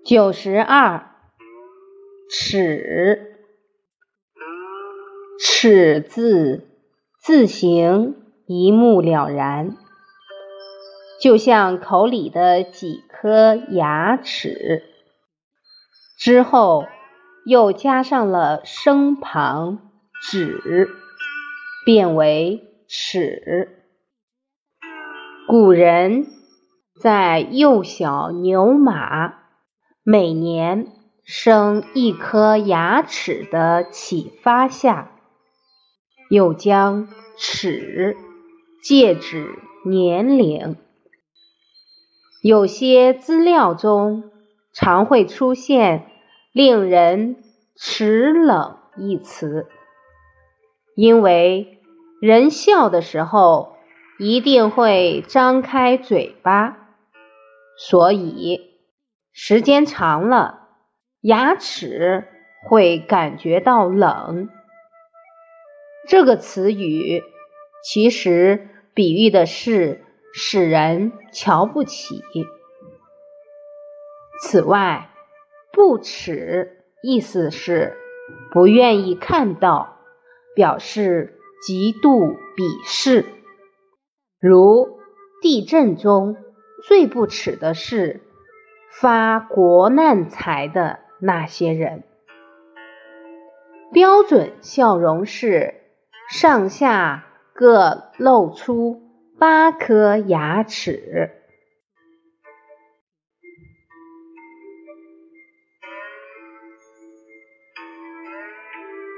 92. 齿。齿字字形一目了然，就像口里的几颗牙齿，之后又加上了声旁止，变为齿。古人在幼小牛马每年生一颗牙齿的启发下，又将齿借指年龄。有些资料中常会出现令人齿冷一词，因为人笑的时候一定会张开嘴巴，所以时间长了，牙齿会感觉到冷。这个词语其实比喻的是使人瞧不起。此外，不齿意思是不愿意看到，表示极度鄙视。如地震中最不齿的是发国难财的那些人。标准笑容是上下各露出8颗牙齿。